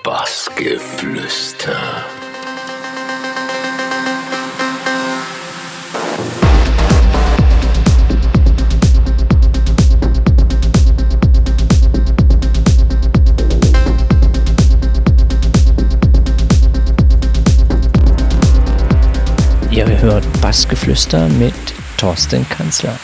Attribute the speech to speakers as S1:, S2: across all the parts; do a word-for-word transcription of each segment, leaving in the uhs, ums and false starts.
S1: Bassgeflüster.
S2: Ihr hört Bassgeflüster mit Thorsten Kanzler.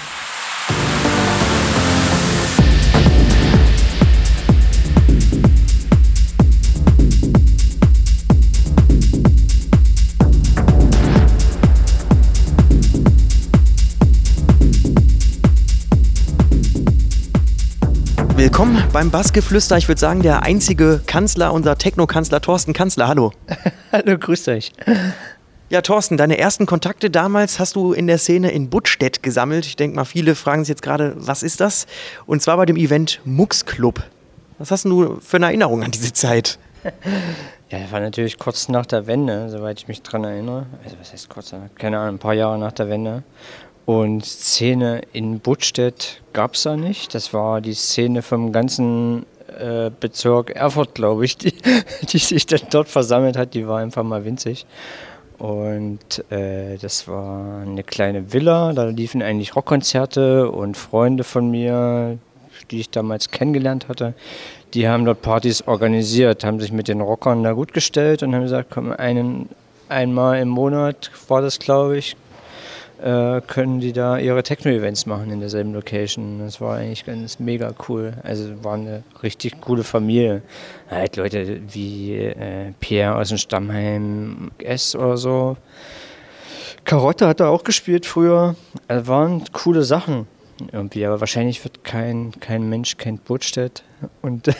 S3: Willkommen beim Bassgeflüster. Ich würde sagen, der einzige Kanzler, unser Techno-Kanzler Thorsten Kanzler. Hallo.
S2: Hallo, grüßt euch.
S3: Ja, Thorsten, deine ersten Kontakte damals hast du in der Szene in Buttstedt gesammelt. Ich denke mal, viele fragen sich jetzt gerade, was ist das? Und zwar bei dem Event Mux Club. Was hast du für eine Erinnerung an diese Zeit?
S2: Ja, das war natürlich kurz nach der Wende, soweit ich mich dran erinnere. Also was heißt kurz nach? Keine Ahnung, ein paar Jahre nach der Wende. Und Szene in Buttstedt gab es da nicht. Das war die Szene vom ganzen äh, Bezirk Erfurt, glaube ich, die, die sich dann dort versammelt hat. Die war einfach mal winzig. Und äh, das war eine kleine Villa. Da liefen eigentlich Rockkonzerte und Freunde von mir, die ich damals kennengelernt hatte, die haben dort Partys organisiert, haben sich mit den Rockern da gut gestellt und haben gesagt, komm, einen, einmal im Monat war das, glaube ich, Äh, können die da ihre Techno-Events machen in derselben Location. Das war eigentlich ganz mega cool. Also war eine richtig coole Familie. Halt Leute wie äh, Pierre aus dem Stammheim S oder so. Karotte hat er auch gespielt früher. Also waren coole Sachen irgendwie, aber wahrscheinlich wird kein, kein Mensch kennt Buttstedt und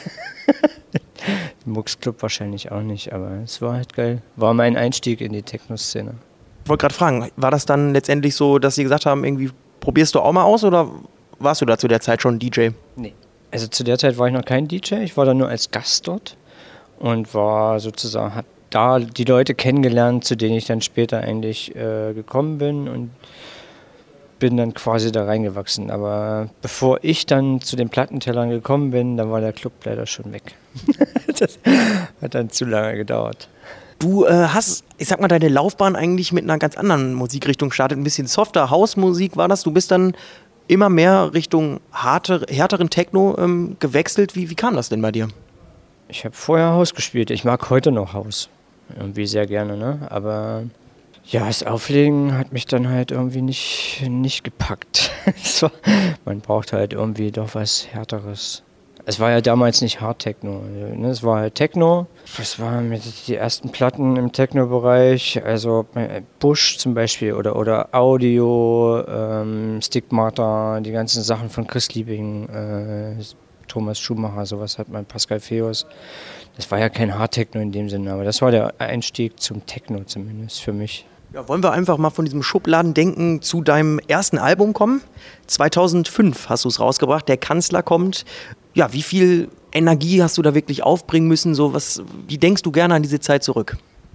S2: Mux Club wahrscheinlich auch nicht, aber es war halt geil. War mein Einstieg in die Techno-Szene.
S3: Ich wollte gerade fragen, war das dann letztendlich so, dass sie gesagt haben, irgendwie probierst du auch mal aus oder warst du da zu der Zeit schon D J?
S2: Nee. Also zu der Zeit war ich noch kein D J, ich war da nur als Gast dort und war sozusagen, hab da die Leute kennengelernt, zu denen ich dann später eigentlich äh, gekommen bin und bin dann quasi da reingewachsen. Aber bevor ich dann zu den Plattentellern gekommen bin, dann war der Club leider schon weg. Das hat dann zu lange gedauert.
S3: Du äh, hast, ich sag mal, deine Laufbahn eigentlich mit einer ganz anderen Musikrichtung gestartet. Ein bisschen softer Hausmusik war das. Du bist dann immer mehr Richtung harte, härteren Techno ähm, gewechselt. Wie, wie kam das denn bei dir?
S2: Ich habe vorher Haus gespielt. Ich mag heute noch Haus. Irgendwie sehr gerne, ne? Aber ja, das Auflegen hat mich dann halt irgendwie nicht, nicht gepackt. So, man braucht halt irgendwie doch was Härteres. Es war ja damals nicht Hard-Techno, ne? Es war halt Techno. Das waren die ersten Platten im Techno-Bereich, also Bush zum Beispiel oder, oder Audio, ähm, Stigmata, die ganzen Sachen von Chris Liebing, äh, Thomas Schumacher, sowas hat man, Pascal Feos. Das war ja kein Hard-Techno in dem Sinne, aber das war der Einstieg zum Techno zumindest für mich.
S3: Ja, wollen wir einfach mal von diesem Schubladendenken zu deinem ersten Album kommen? zweitausendfünf hast du es rausgebracht, Der Kanzler kommt. Ja, wie viel Energie hast du da wirklich aufbringen müssen? So was, wie denkst du gerne an diese Zeit zurück?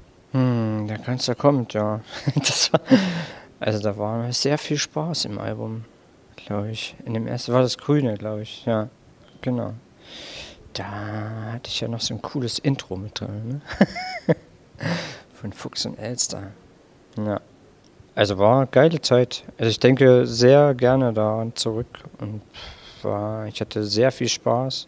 S2: Hm, Der Kanzler kommt, ja. Das war, also da war sehr viel Spaß im Album, glaube ich. In dem ersten war das Grüne, glaube ich, ja, genau. Da hatte ich ja noch so ein cooles Intro mit drin, ne? Von Fuchs und Elster. Ja, also war eine geile Zeit. Also ich denke sehr gerne daran zurück und war, ich hatte sehr viel Spaß.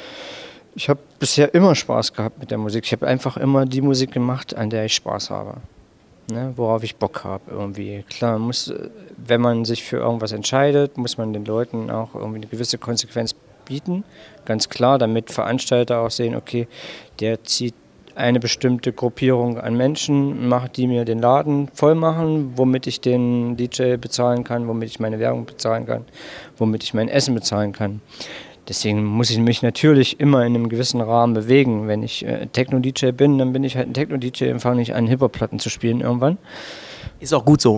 S2: Ich habe bisher immer Spaß gehabt mit der Musik. Ich habe einfach immer die Musik gemacht, an der ich Spaß habe, ne, worauf ich Bock habe irgendwie. Klar, muss, wenn man sich für irgendwas entscheidet, muss man den Leuten auch irgendwie eine gewisse Konsequenz bieten, ganz klar, damit Veranstalter auch sehen, okay, der zieht eine bestimmte Gruppierung an Menschen, macht, die mir den Laden voll machen, womit ich den D J bezahlen kann, womit ich meine Werbung bezahlen kann, womit ich mein Essen bezahlen kann. Deswegen muss ich mich natürlich immer in einem gewissen Rahmen bewegen. Wenn ich äh, Techno-D J bin, dann bin ich halt ein Techno-D J und fange nicht an, Hip-Hop-Platten zu spielen irgendwann.
S3: Ist auch gut so.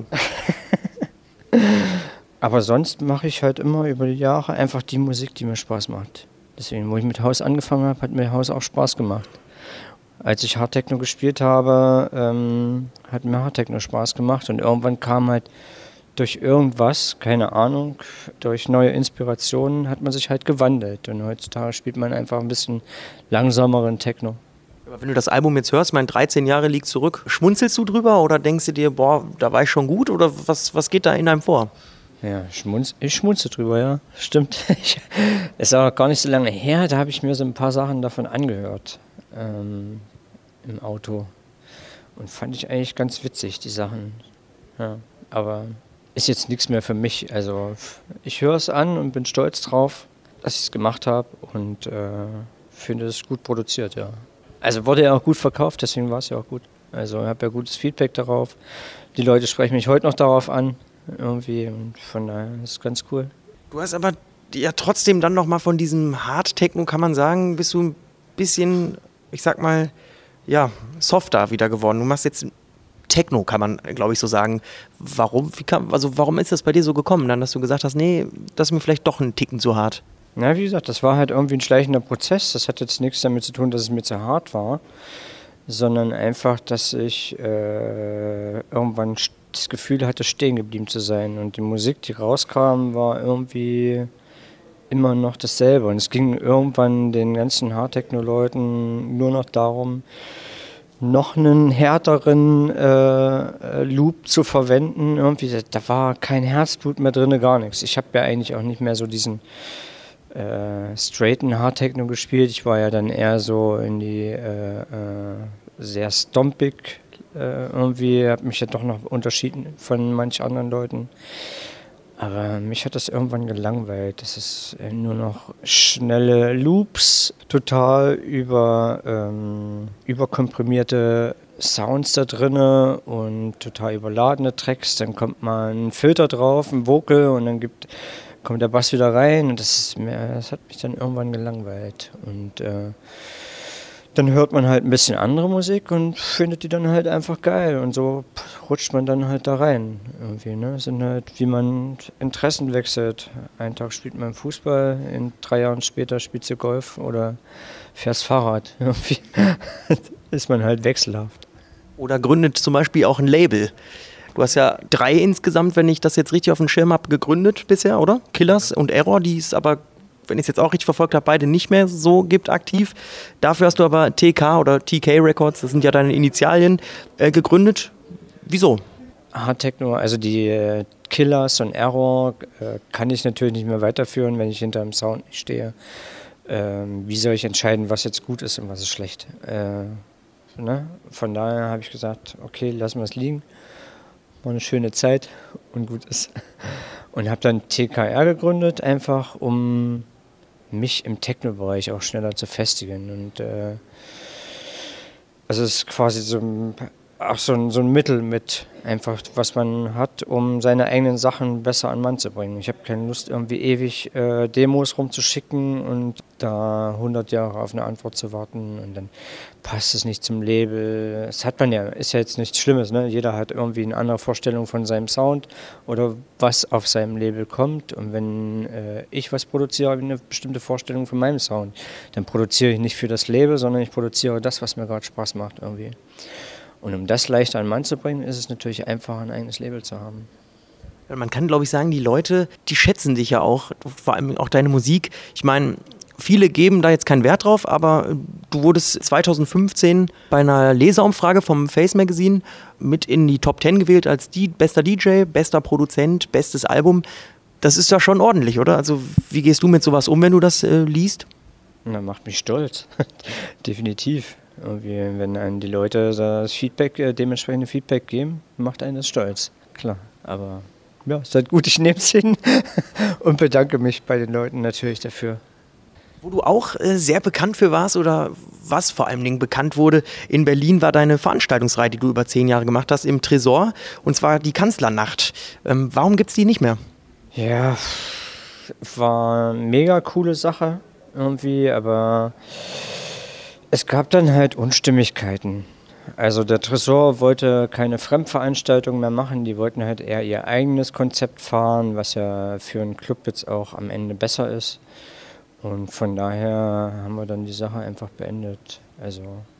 S2: Aber sonst mache ich halt immer über die Jahre einfach die Musik, die mir Spaß macht. Deswegen, wo ich mit Haus angefangen habe, hat mir Haus auch Spaß gemacht. Als ich Hardtechno gespielt habe, ähm, hat mir Hardtechno Spaß gemacht und irgendwann kam halt durch irgendwas, keine Ahnung, durch neue Inspirationen hat man sich halt gewandelt und heutzutage spielt man einfach ein bisschen langsameren Techno.
S3: Aber wenn du das Album jetzt hörst, mein dreizehn Jahre liegt zurück, schmunzelst du drüber oder denkst du dir, boah, da war ich schon gut oder was, was geht da in einem vor?
S2: Ja, schmunz, ich schmunze drüber, ja, stimmt. Ich, ist auch gar nicht so lange her, da habe ich mir so ein paar Sachen davon angehört ähm, im Auto und fand ich eigentlich ganz witzig, die Sachen. Ja, aber ist jetzt nichts mehr für mich. Also ich höre es an und bin stolz drauf, dass ich es gemacht habe und äh, finde es gut produziert, ja. Also wurde ja auch gut verkauft, deswegen war es ja auch gut. Also ich habe ja gutes Feedback darauf. Die Leute sprechen mich heute noch darauf an, irgendwie, und von daher ist es ganz cool.
S3: Du hast aber ja trotzdem dann nochmal von diesem Hard-Techno, kann man sagen, bist du ein bisschen, ich sag mal, ja, softer wieder geworden. Du machst jetzt Techno, kann man, glaube ich, so sagen. Warum, wie kam, also warum ist das bei dir so gekommen, dann, dass du gesagt hast, nee, das ist mir vielleicht doch ein Ticken zu hart?
S2: Na, wie gesagt, das war halt irgendwie ein schleichender Prozess. Das hat jetzt nichts damit zu tun, dass es mir zu hart war, sondern einfach, dass ich äh, irgendwann das Gefühl hatte, stehen geblieben zu sein. Und die Musik, die rauskam, war irgendwie immer noch dasselbe. Und es ging irgendwann den ganzen Hard-Techno-Leuten nur noch darum, noch einen härteren äh, Loop zu verwenden. Irgendwie, da, da war kein Herzblut mehr drin, gar nichts. Ich habe ja eigentlich auch nicht mehr so diesen äh, straighten Hard-Techno gespielt. Ich war ja dann eher so in die äh, äh, sehr stompig äh, irgendwie, habe mich ja doch noch unterschieden von manch anderen Leuten. Aber mich hat das irgendwann gelangweilt. Das ist äh, nur noch schnelle Loops, total über, ähm, überkomprimierte Sounds da drinne und total überladene Tracks. Dann kommt mal ein Filter drauf, ein Vocal und dann gibt, kommt der Bass wieder rein. Und das, ist mir, das hat mich dann irgendwann gelangweilt. Und äh, dann hört man halt ein bisschen andere Musik und findet die dann halt einfach geil. Und so rutscht man dann halt da rein. Irgendwie, ne? Das sind halt, wie man Interessen wechselt. Einen Tag spielt man Fußball, in drei Jahren später spielt du Golf oder fährst Fahrrad. Irgendwie ist man halt wechselhaft.
S3: Oder gründet zum Beispiel auch ein Label. Du hast ja drei insgesamt, wenn ich das jetzt richtig auf dem Schirm habe, gegründet bisher, oder? Killers und Error, die ist aber, wenn ich es jetzt auch richtig verfolgt habe, beide nicht mehr so gibt aktiv. Dafür hast du aber T K oder T K Records, das sind ja deine Initialien, äh, gegründet. Wieso?
S2: Hard Techno, also die äh, Killers und Error äh, kann ich natürlich nicht mehr weiterführen, wenn ich hinter dem Sound nicht stehe. Ähm, wie soll ich entscheiden, was jetzt gut ist und was ist schlecht? Äh, ne? Von daher habe ich gesagt, okay, lassen wir es liegen. War eine schöne Zeit und gut ist. Und habe dann T K R gegründet, einfach um mich im Techno-Bereich auch schneller zu festigen. Und äh, also es ist quasi so ein, auch so ein, so ein Mittel mit, einfach was man hat, um seine eigenen Sachen besser an den Mann zu bringen. Ich habe keine Lust, irgendwie ewig äh, Demos rumzuschicken und da hundert Jahre auf eine Antwort zu warten und dann passt es nicht zum Label. Das hat man ja, ist ja jetzt nichts Schlimmes, ne? Jeder hat irgendwie eine andere Vorstellung von seinem Sound oder was auf seinem Label kommt. Und wenn äh, ich was produziere, habe ich eine bestimmte Vorstellung von meinem Sound. Dann produziere ich nicht für das Label, sondern ich produziere das, was mir gerade Spaß macht irgendwie. Und um das leichter an den Mann zu bringen, ist es natürlich einfacher, ein eigenes Label zu haben.
S3: Man kann, glaube ich, sagen, die Leute, die schätzen dich ja auch, vor allem auch deine Musik. Ich meine, viele geben da jetzt keinen Wert drauf, aber du wurdest zwanzig fünfzehn bei einer Leserumfrage vom Face Magazine mit in die Top zehn gewählt als die, bester D J, bester Produzent, bestes Album. Das ist ja schon ordentlich, oder? Also wie gehst du mit sowas um, wenn du das äh, liest?
S2: Das macht mich stolz, definitiv. Irgendwie, wenn einem die Leute das Feedback, äh, dementsprechende Feedback geben, macht einen das stolz. Klar, aber ja, seid gut, ich nehme es hin und bedanke mich bei den Leuten natürlich dafür.
S3: Wo du auch äh, sehr bekannt für warst oder was vor allen Dingen bekannt wurde in Berlin, war deine Veranstaltungsreihe, die du über zehn Jahre gemacht hast im Tresor, und zwar die Kanzlernacht. Ähm, warum gibt es die nicht mehr?
S2: Ja, war eine mega coole Sache irgendwie, aber es gab dann halt Unstimmigkeiten. Also der Tresor wollte keine Fremdveranstaltung mehr machen, die wollten halt eher ihr eigenes Konzept fahren, was ja für einen Club jetzt auch am Ende besser ist. Und von daher haben wir dann die Sache einfach beendet. Also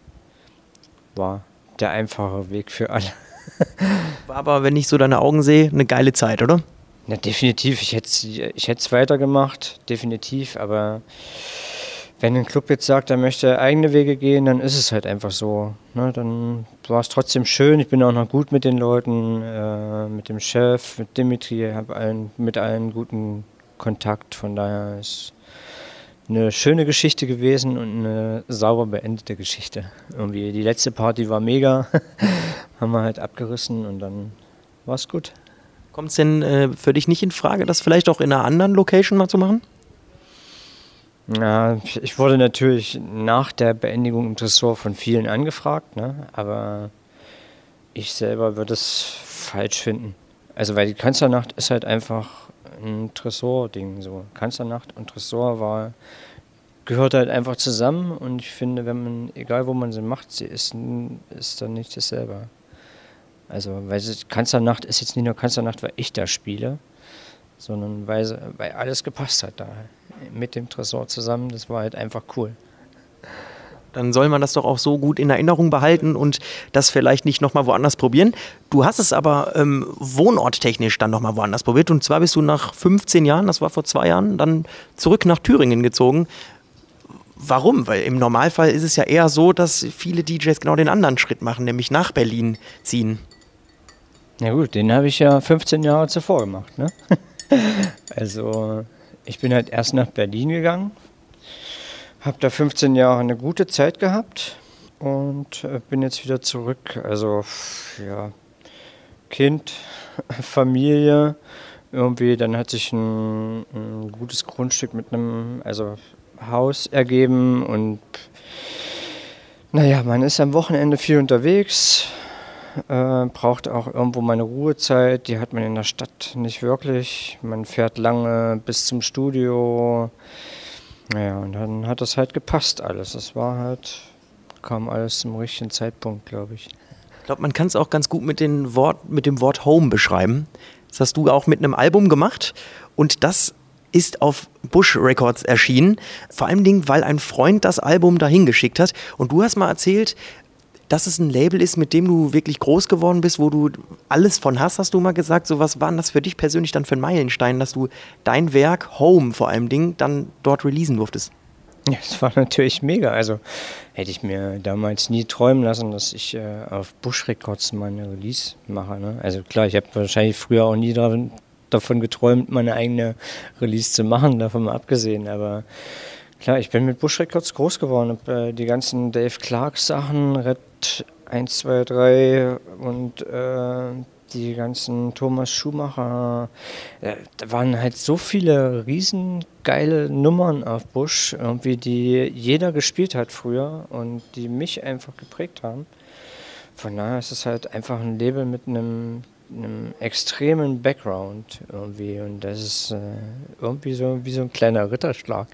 S2: war der einfache Weg für alle.
S3: War aber, wenn ich so deine Augen sehe, eine geile Zeit, oder?
S2: Na, definitiv. Ich hätte ich hätte es weitergemacht, definitiv. Aber wenn ein Club jetzt sagt, er möchte eigene Wege gehen, dann ist es halt einfach so. Ne? Dann war es trotzdem schön. Ich bin auch noch gut mit den Leuten, äh, mit dem Chef, mit Dimitri, habe allen, mit allen guten Kontakt. Von daher ist eine schöne Geschichte gewesen und eine sauber beendete Geschichte. Irgendwie die letzte Party war mega, haben wir halt abgerissen und dann war es gut.
S3: Kommt es denn äh, für dich nicht in Frage, das vielleicht auch in einer anderen Location mal zu machen?
S2: Ja, ich wurde natürlich nach der Beendigung im Tresor von vielen angefragt, ne? Aber ich selber würde es falsch finden. Also weil die Kanzlernacht ist halt einfach ein Tresor-Ding. So. Kanzlernacht und Tresor war, gehört halt einfach zusammen und ich finde, wenn man, egal wo man sie macht, sie ist, ist dann nicht dasselbe. Also weil sie, Kanzlernacht ist jetzt nicht nur Kanzlernacht, weil ich da spiele, sondern weil, sie, weil alles gepasst hat da. Mit dem Tresor zusammen, das war halt einfach cool.
S3: Dann soll man das doch auch so gut in Erinnerung behalten und das vielleicht nicht nochmal woanders probieren. Du hast es aber ähm, wohnorttechnisch dann nochmal woanders probiert und zwar bist du nach fünfzehn Jahren, das war vor zwei Jahren, dann zurück nach Thüringen gezogen. Warum? Weil im Normalfall ist es ja eher so, dass viele D Js genau den anderen Schritt machen, nämlich nach Berlin ziehen.
S2: Ja gut, den habe ich ja fünfzehn Jahre zuvor gemacht, ne? Also ich bin halt erst nach Berlin gegangen, habe da fünfzehn Jahre eine gute Zeit gehabt und äh, bin jetzt wieder zurück. Also ja, Kind, Familie, irgendwie, dann hat sich ein, ein gutes Grundstück mit einem, also Haus ergeben und naja, man ist am Wochenende viel unterwegs, äh, braucht auch irgendwo mal eine Ruhezeit, die hat man in der Stadt nicht wirklich. Man fährt lange bis zum Studio. Naja, und dann hat das halt gepasst alles. Es war halt, kam alles zum richtigen Zeitpunkt, glaube ich.
S3: Ich glaube, man kann es auch ganz gut mit, den Wort, mit dem Wort Home beschreiben. Das hast du auch mit einem Album gemacht und das ist auf Bush Records erschienen. Vor allem, Dingen, weil ein Freund das Album dahin geschickt hat. Und du hast mal erzählt, dass es ein Label ist, mit dem du wirklich groß geworden bist, wo du alles von hast, hast du mal gesagt. So, was war denn das für dich persönlich dann für ein Meilenstein, dass du dein Werk, Home vor allem Ding, dann dort releasen durftest?
S2: Ja, das war natürlich mega. Also hätte ich mir damals nie träumen lassen, dass ich äh, auf Bush Records meine Release mache. Ne? Also klar, ich habe wahrscheinlich früher auch nie davon, davon geträumt, meine eigene Release zu machen, davon mal abgesehen. Aber klar, ich bin mit Bush Records groß geworden. Hab, äh, die ganzen Dave Clark Sachen, Red eins, zwei, drei und äh, die ganzen Thomas Schumacher. Äh, da waren halt so viele riesengeile Nummern auf Bush, irgendwie, die jeder gespielt hat früher und die mich einfach geprägt haben. Von daher ist es halt einfach ein Label mit einem, einem extremen Background irgendwie und das ist äh, irgendwie so wie so ein kleiner Ritterschlag.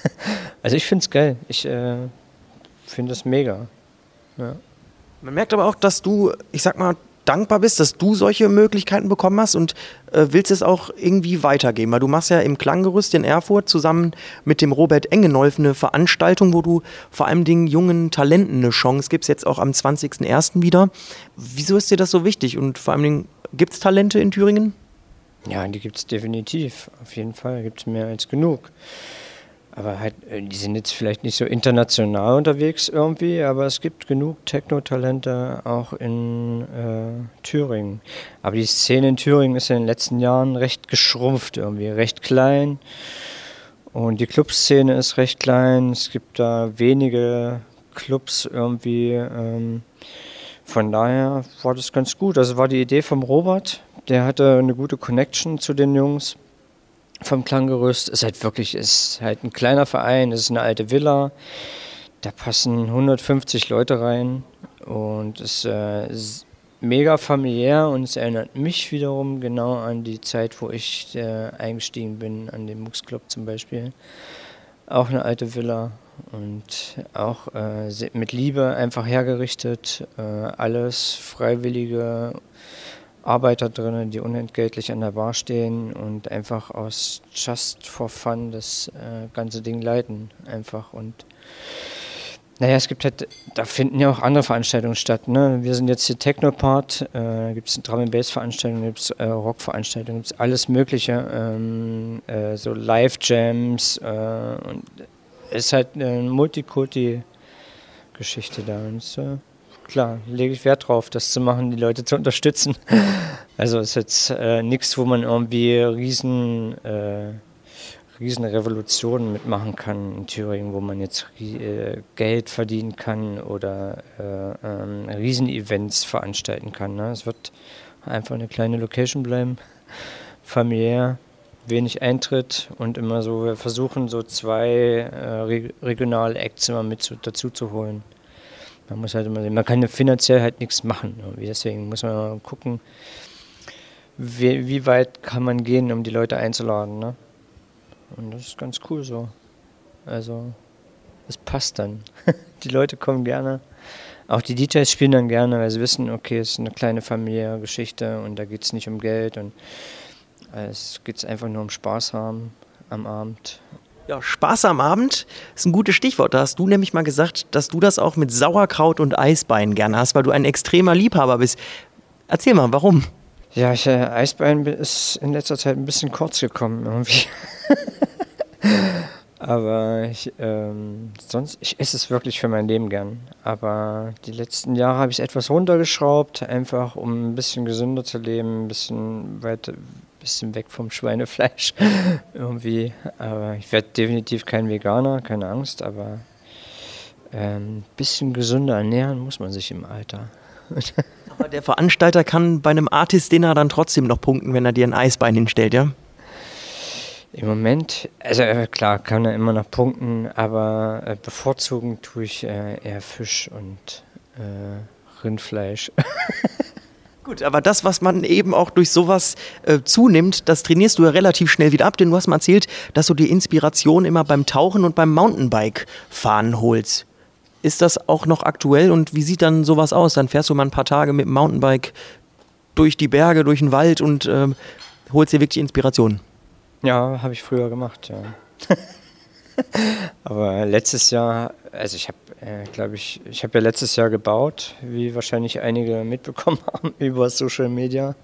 S2: Also ich finde es geil. Ich äh, finde es mega. Ja.
S3: Man merkt aber auch, dass du, ich sag mal, dankbar bist, dass du solche Möglichkeiten bekommen hast und äh, willst es auch irgendwie weitergeben. Weil du machst ja im Klanggerüst in Erfurt zusammen mit dem Robert Engenolf eine Veranstaltung, wo du vor allem den jungen Talenten eine Chance gibst, jetzt auch am zwanzigsten ersten wieder. Wieso ist dir das so wichtig? Und vor allem, gibt es Talente in Thüringen?
S2: Ja, die gibt es definitiv. Auf jeden Fall gibt es mehr als genug. Aber halt, die sind jetzt vielleicht nicht so international unterwegs irgendwie, aber es gibt genug Techno-Talente auch in äh, Thüringen. Aber die Szene in Thüringen ist in den letzten Jahren recht geschrumpft irgendwie, recht klein. Und die Clubszene ist recht klein. Es gibt da wenige Clubs irgendwie. Ähm, von daher war das ganz gut. Also war die Idee vom Robert, der hatte eine gute Connection zu den Jungs. Vom Klanggerüst ist halt wirklich, ist halt ein kleiner Verein, ist eine alte Villa, da passen hundertfünfzig Leute rein und es äh, ist mega familiär und es erinnert mich wiederum genau an die Zeit, wo ich äh, eingestiegen bin, an den Mux Club zum Beispiel. Auch eine alte Villa und auch äh, mit Liebe einfach hergerichtet, äh, alles freiwillige Arbeiter drin, die unentgeltlich an der Bar stehen und einfach aus Just for Fun das äh, ganze Ding leiten einfach. Und naja, es gibt halt, da finden ja auch andere Veranstaltungen statt. Ne? Wir sind jetzt hier Technopart, da äh, gibt es Drum and Bass Veranstaltungen, gibt es äh, Rock-Veranstaltungen, gibt es alles Mögliche, ähm, äh, so Live-Jams äh, und ist halt eine Multikulti-Geschichte da. Und äh, klar, lege ich Wert drauf, das zu machen, die Leute zu unterstützen. Also ist jetzt äh, nichts, wo man irgendwie riesen, äh, riesen Revolutionen mitmachen kann in Thüringen, wo man jetzt äh, Geld verdienen kann oder äh, ähm, Riesen-Events veranstalten kann. Ne? Es wird einfach eine kleine Location bleiben, familiär, wenig Eintritt und immer so, wir versuchen so zwei äh, re- regionale Acts immer mit zu, dazu zu holen. Man muss halt immer sehen, man kann ja finanziell halt nichts machen. Irgendwie. Deswegen muss man mal gucken, wie, wie weit kann man gehen, um die Leute einzuladen. Ne? Und das ist ganz cool so. Also, es passt dann. Die Leute kommen gerne. Auch die D Js spielen dann gerne, weil sie wissen, okay, es ist eine kleine familiäre Geschichte und da geht es nicht um Geld und es geht einfach nur um Spaß haben am Abend.
S3: Ja, Spaß am Abend ist ein gutes Stichwort. Da hast du nämlich mal gesagt, dass du das auch mit Sauerkraut und Eisbein gerne hast, weil du ein extremer Liebhaber bist. Erzähl mal, warum?
S2: Ja, ich, äh, Eisbein ist in letzter Zeit ein bisschen kurz gekommen irgendwie. Aber ich, ähm, sonst, ich esse es wirklich für mein Leben gern. Aber die letzten Jahre habe ich es etwas runtergeschraubt, einfach um ein bisschen gesünder zu leben, ein bisschen weiter, bisschen weg vom Schweinefleisch irgendwie. Aber ich werde definitiv kein Veganer, keine Angst, aber ein ähm, bisschen gesünder ernähren muss man sich im Alter.
S3: Aber der Veranstalter kann bei einem Artist-Dinner dann trotzdem noch punkten, wenn er dir ein Eisbein hinstellt, ja?
S2: Im Moment, also äh, klar, kann er immer noch punkten, aber äh, bevorzugen tue ich äh, eher Fisch und äh, Rindfleisch.
S3: Gut, aber das, was man eben auch durch sowas äh, zunimmt, das trainierst du ja relativ schnell wieder ab, denn du hast mal erzählt, dass du die Inspiration immer beim Tauchen und beim Mountainbike-Fahren holst. Ist das auch noch aktuell und wie sieht dann sowas aus? Dann fährst du mal ein paar Tage mit dem Mountainbike durch die Berge, durch den Wald und äh, holst dir wirklich Inspiration.
S2: Ja, habe ich früher gemacht, ja. Aber letztes Jahr, also ich habe, äh, glaube ich, ich habe ja letztes Jahr gebaut, wie wahrscheinlich einige mitbekommen haben über Social Media.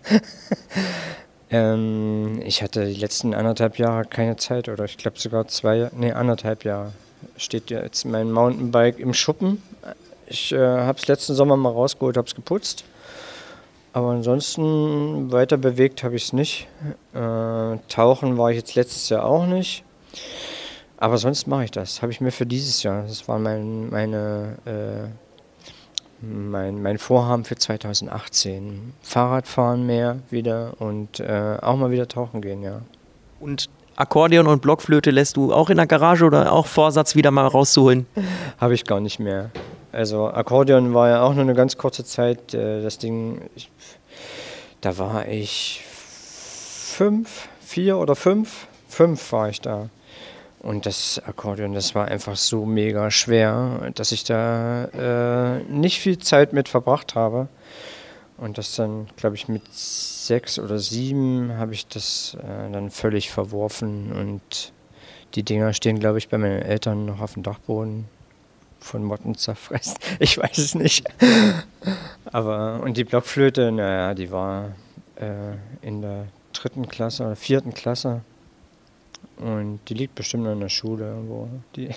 S2: ähm, ich hatte die letzten anderthalb Jahre keine Zeit oder ich glaube sogar zwei, nee, anderthalb Jahre steht ja jetzt mein Mountainbike im Schuppen. Ich äh, habe es letzten Sommer mal rausgeholt, habe es geputzt. Aber ansonsten weiter bewegt habe ich es nicht. Äh, tauchen war ich jetzt letztes Jahr auch nicht. Aber sonst mache ich das. Habe ich mir für dieses Jahr. Das war mein, meine, äh, mein, mein Vorhaben für zweitausendachtzehn. Fahrradfahren mehr wieder und äh, auch mal wieder tauchen gehen, ja.
S3: Und Akkordeon und Blockflöte lässt du auch in der Garage oder auch Vorsatz wieder mal rauszuholen?
S2: Habe ich gar nicht mehr. Also Akkordeon war ja auch nur eine ganz kurze Zeit. Äh, das Ding, ich, da war ich fünf, vier oder fünf. Fünf war ich da. Und das Akkordeon, das war einfach so mega schwer, dass ich da äh, nicht viel Zeit mit verbracht habe. Und das dann, glaube ich, mit sechs oder sieben habe ich das äh, dann völlig verworfen. Und die Dinger stehen, glaube ich, bei meinen Eltern noch auf dem Dachboden. Von Motten zerfressen. Ich weiß es nicht. Aber, und die Blockflöte, naja, die war äh, in der dritten Klasse oder vierten Klasse. Und die liegt bestimmt noch in der Schule irgendwo. Die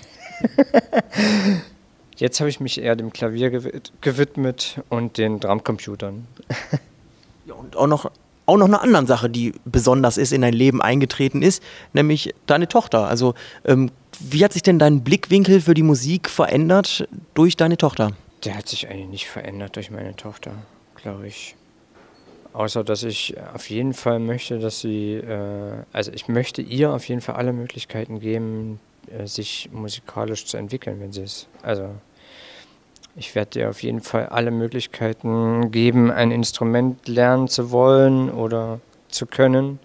S2: Jetzt habe ich mich eher dem Klavier gewid- gewidmet und den Drumcomputern.
S3: Ja, und auch noch, auch noch eine andere Sache, die besonders ist, in dein Leben eingetreten ist, nämlich deine Tochter. Also, ähm, wie hat sich denn dein Blickwinkel für die Musik verändert durch deine Tochter?
S2: Der hat sich eigentlich nicht verändert durch meine Tochter, glaube ich. Außer, dass ich auf jeden Fall möchte, dass sie, äh, also ich möchte ihr auf jeden Fall alle Möglichkeiten geben, äh, sich musikalisch zu entwickeln, wenn sie es, also ich werde ihr auf jeden Fall alle Möglichkeiten geben, ein Instrument lernen zu wollen oder zu können,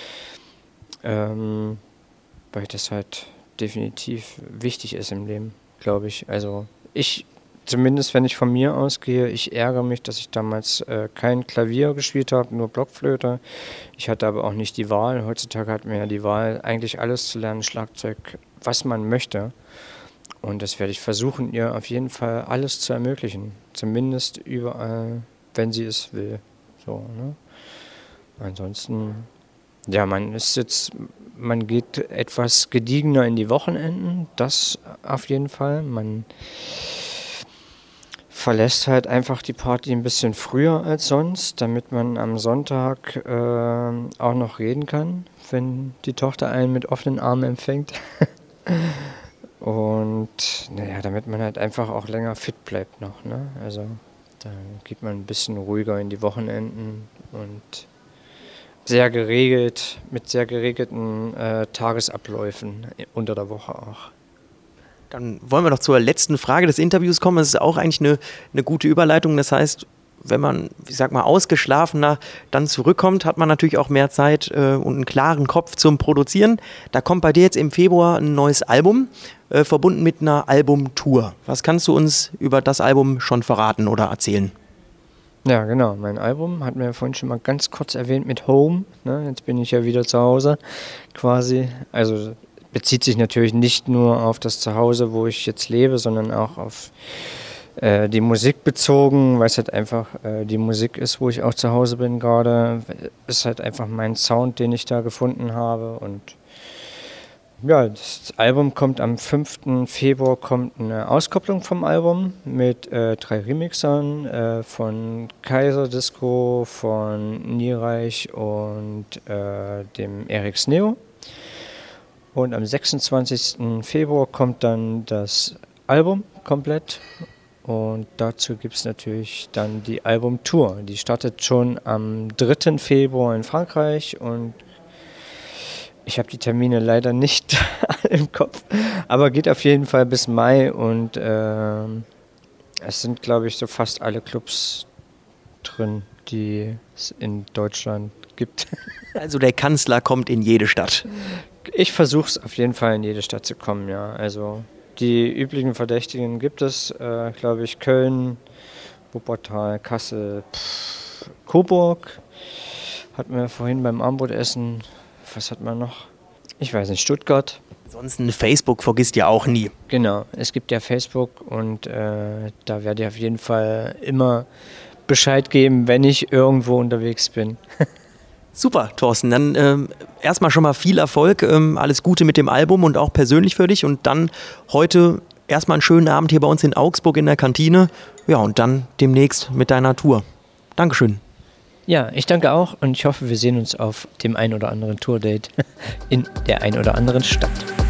S2: ähm, weil das halt definitiv wichtig ist im Leben, glaube ich. Also ich, zumindest wenn ich von mir ausgehe, ich ärgere mich, dass ich damals äh, kein Klavier gespielt habe, nur Blockflöte. Ich hatte aber auch nicht die Wahl. Heutzutage hat man ja die Wahl, eigentlich alles zu lernen, Schlagzeug, was man möchte. Und das werde ich versuchen, ihr auf jeden Fall alles zu ermöglichen. Zumindest überall, wenn sie es will. So, ne? Ansonsten, ja, man ist jetzt man geht etwas gediegener in die Wochenenden, das auf jeden Fall. Man verlässt halt einfach die Party ein bisschen früher als sonst, damit man am Sonntag äh, auch noch reden kann, wenn die Tochter einen mit offenen Armen empfängt. Und naja, damit man halt einfach auch länger fit bleibt noch, ne? Also dann geht man ein bisschen ruhiger in die Wochenenden und sehr geregelt, mit sehr geregelten äh, Tagesabläufen unter der Woche auch.
S3: Dann wollen wir doch zur letzten Frage des Interviews kommen. Das ist auch eigentlich eine, eine gute Überleitung. Das heißt, wenn man, ich sag mal, ausgeschlafener dann zurückkommt, hat man natürlich auch mehr Zeit äh, und einen klaren Kopf zum Produzieren. Da kommt bei dir jetzt im Februar ein neues Album, äh, verbunden mit einer Albumtour. Was kannst du uns über das Album schon verraten oder erzählen?
S2: Ja, genau. Mein Album hatten wir ja vorhin schon mal ganz kurz erwähnt mit Home. Ne? Jetzt bin ich ja wieder zu Hause quasi. Also bezieht sich natürlich nicht nur auf das Zuhause, wo ich jetzt lebe, sondern auch auf äh, die Musik bezogen, weil es halt einfach äh, die Musik ist, wo ich auch zu Hause bin gerade. Ist halt einfach mein Sound, den ich da gefunden habe. Und ja, das Album kommt am fünften Februar, kommt eine Auskopplung vom Album mit äh, drei Remixern äh, von Kaiser Disco, von Niereich und äh, dem Eriks Neo. Und am sechsundzwanzigsten Februar kommt dann das Album komplett. Und dazu gibt es natürlich dann die Albumtour. Die startet schon am dritten Februar in Frankreich und ich habe die Termine leider nicht im Kopf, aber geht auf jeden Fall bis Mai und äh, es sind, glaube ich, so fast alle Clubs drin, die es in Deutschland gibt.
S3: Also der Kanzler kommt in jede Stadt.
S2: Ich versuche es auf jeden Fall in jede Stadt zu kommen, ja. Also die üblichen Verdächtigen gibt es, äh, glaube ich, Köln, Wuppertal, Kassel, pff, Coburg. Hatten wir vorhin beim Abendbrotessen. Was hat man noch? Ich weiß nicht, Stuttgart.
S3: Ansonsten Facebook vergisst ja auch nie.
S2: Genau, es gibt ja Facebook und äh, da werde ich auf jeden Fall immer Bescheid geben, wenn ich irgendwo unterwegs bin.
S3: Super, Thorsten. Dann ähm, erstmal schon mal viel Erfolg, ähm, alles Gute mit dem Album und auch persönlich für dich. Und dann heute erstmal einen schönen Abend hier bei uns in Augsburg in der Kantine. Ja, und dann demnächst mit deiner Tour. Dankeschön.
S2: Ja, ich danke auch und ich hoffe, wir sehen uns auf dem ein oder anderen Tourdate in der ein oder anderen Stadt.